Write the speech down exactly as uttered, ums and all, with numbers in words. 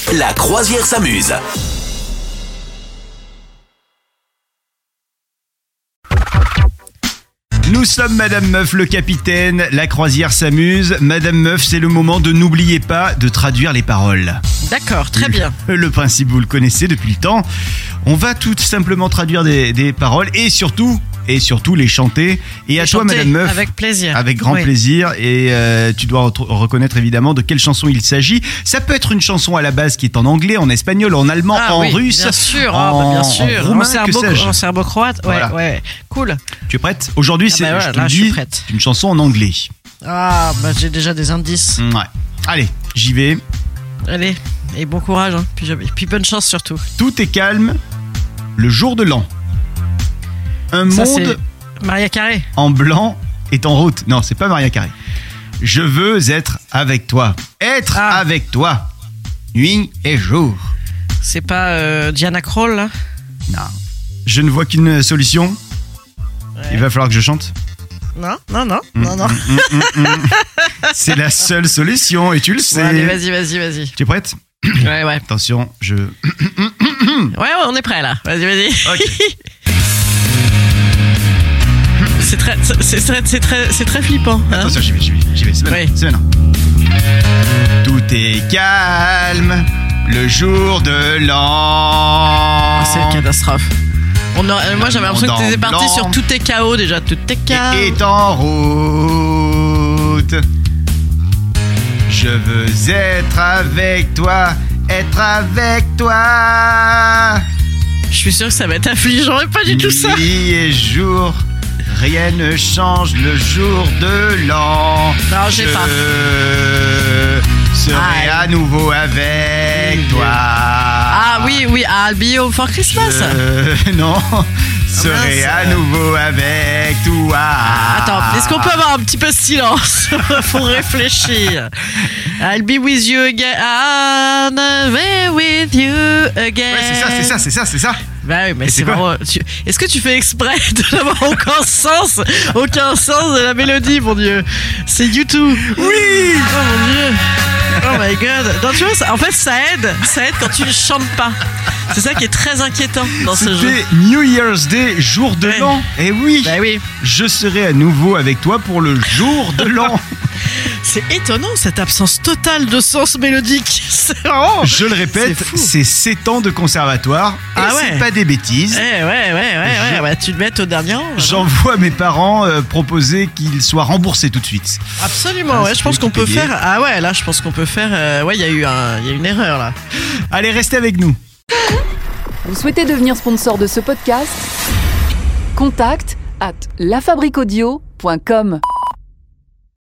La croisière s'amuse. Nous sommes Madame Meuf, le capitaine, la croisière s'amuse. Madame Meuf, c'est le moment de n'oubliez pas de traduire les paroles. D'accord, très bien. Le, le principe, vous le connaissez depuis le temps. On va tout simplement traduire des, des paroles et surtout, et surtout les chanter. Et à Chanter toi, Madame Meuf. avec plaisir. Avec grand Oui. plaisir. Et euh, tu dois re- reconnaître évidemment de quelle chanson il s'agit. Ça peut être une chanson à la base qui est en anglais, en espagnol, en allemand, Ah en oui, russe, bien sûr, en, ah, bah, bien en sûr. roumain, en serbo, que sais-je. en serbo-croate. Ouais, Voilà. ouais, cool. Tu es prête? Aujourd'hui, Ah c'est, bah voilà, je te là, le je suis dis, prête. c'est une chanson en anglais. Ah, bah j'ai déjà des indices. Ouais. Allez, j'y vais. Allez, et bon courage, hein. puis, puis bonne chance surtout. Tout est calme le jour de l'an. Un Ça, monde c'est Maria Carré. en blanc est en route. Non, c'est pas Maria Carré. Je veux être avec toi. Être Ah. avec toi. Nuit et jour. C'est pas euh, Diana Krall, là? Non. Je ne vois qu'une solution. Ouais. Il va falloir que je chante. Non, non, non, non, non. Mm, mm, mm. C'est la seule solution et tu le sais. Bon, allez, vas-y, vas-y, vas-y. Tu es prête? Ouais, ouais. Attention, je... Ouais, ouais, on est prêt là. Vas-y, vas-y. Ok. C'est très, c'est c'est très, c'est très, c'est très flippant. Hein. Attention, j'y vais, j'y vais, j'y vais. C'est maintenant. Oui. C'est maintenant. Tout est calme le jour de l'an. Ah, c'est une catastrophe. On a, euh, moi, j'avais l'impression que t'étais parti Blanc. sur tout est K O déjà. Tout est K O. Est en route. Je veux être avec toi, être avec toi. Je suis sûr que ça va être affligeant et pas du tout ça. Nuit et jour, rien ne change le jour de l'an. Non, j'ai Je pas. serai Ah, à nouveau avec toi. Ah oui, oui, I'll be home for Christmas. Je- non, serai mince. à nouveau avec toi. Attends, est-ce qu'on peut avoir un petit peu de silence? Faut réfléchir. I'll be with you again. I'll be with you again. Ouais, c'est ça, c'est ça, c'est ça, c'est ça. Bah oui, mais Et c'est c'est quoi vraiment. tu- Est-ce que tu fais exprès de n'avoir aucun sens, aucun sens de la mélodie, mon Dieu? C'est YouTube. Oui. Oh mon Dieu. Oh my God. Non, tu vois, ça- en fait, ça aide. Ça aide quand tu ne chantes pas. C'est ça qui est très inquiétant dans ce jeu. C'était New Year's Day, jour de Ouais. l'an. Et oui, Bah oui. je serai à nouveau avec toi pour le jour de l'an. C'est étonnant cette absence totale de sens mélodique. C'est vraiment. Je le répète, C'est fou. c'est sept ans de conservatoire. Et Ah ouais. c'est pas des bêtises. Eh ouais, ouais, ouais, ouais. Je- Bah, tu le mets au dernier rang. là. J'envoie mes parents euh, proposer qu'ils soient remboursés tout de suite. Absolument, Ah, ouais. c'est Je pense lui qu'on qui peut payait. faire. Ah ouais, là, je pense qu'on peut faire. euh, Ouais, il y a eu un, il y a une erreur là. Allez, restez avec nous. Vous souhaitez devenir sponsor de ce podcast? Contact à la fabrique audio point com.